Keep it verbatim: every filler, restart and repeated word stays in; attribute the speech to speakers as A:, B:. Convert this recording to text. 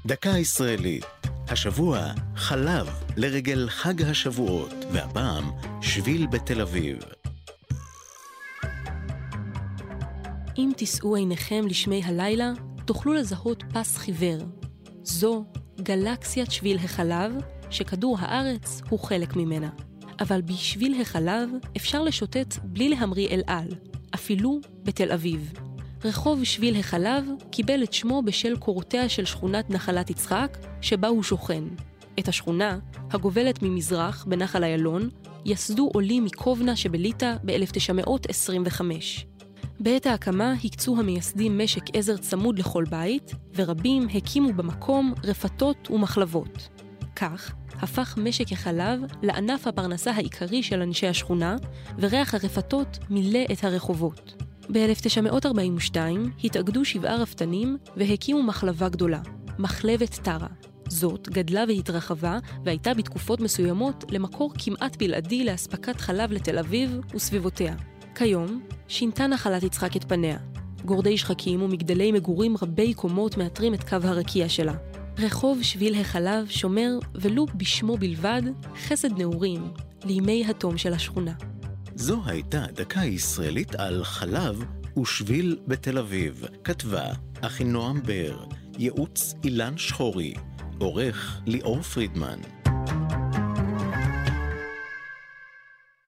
A: דקה ישראלית. השבוע חלב לרגל חג השבועות, והפעם שביל בתל אביב.
B: אם תישאו עיניכם לשמי הלילה, תוכלו לזהות פס חיוור. זו גלקסיית שביל החלב, שכדור הארץ הוא חלק ממנה. אבל בשביל החלב אפשר לשוטט בלי להמריא אל על, אפילו בתל אביב. רחוב שביל החלב קיבל את שמו בשל קורותיה של שכונת נחלת יצחק, שבה הוא שוכן. את השכונה, הגובלת ממזרח בנחל איילון, יסדו עולים מקובנה שבליטא ב-אלף תשע מאות עשרים וחמש. בעת ההקמה הקצו המייסדים משק עזר צמוד לכל בית, ורבים הקימו במקום רפתות ומחלבות. כך הפך משק החלב לענף הפרנסה העיקרי של אנשי השכונה, וריח הרפתות מילא את הרחובות. ב-אלף תשע מאות ארבעים ושתיים התאגדו שבעה רפתנים והקימו מחלבה גדולה, מחלבת טרה. זאת גדלה והתרחבה והייתה בתקופות מסוימות למקור כמעט בלעדי להספקת חלב לתל אביב וסביבותיה. כיום שינתה נחלת יצחק את פניה. גורדי שחקים ומגדלי מגורים רבי קומות מאתרים את קו הרקיע שלה. רחוב שביל החלב שומר, ולו בשמו בלבד, חסד נעורים לימי התום של השכונה.
A: זו הייתה דקה ישראלית על חלב ושביל בתל אביב. כתבה אחינועם בר, ייעוץ אילן שחורי, עורך ליאור פרידמן.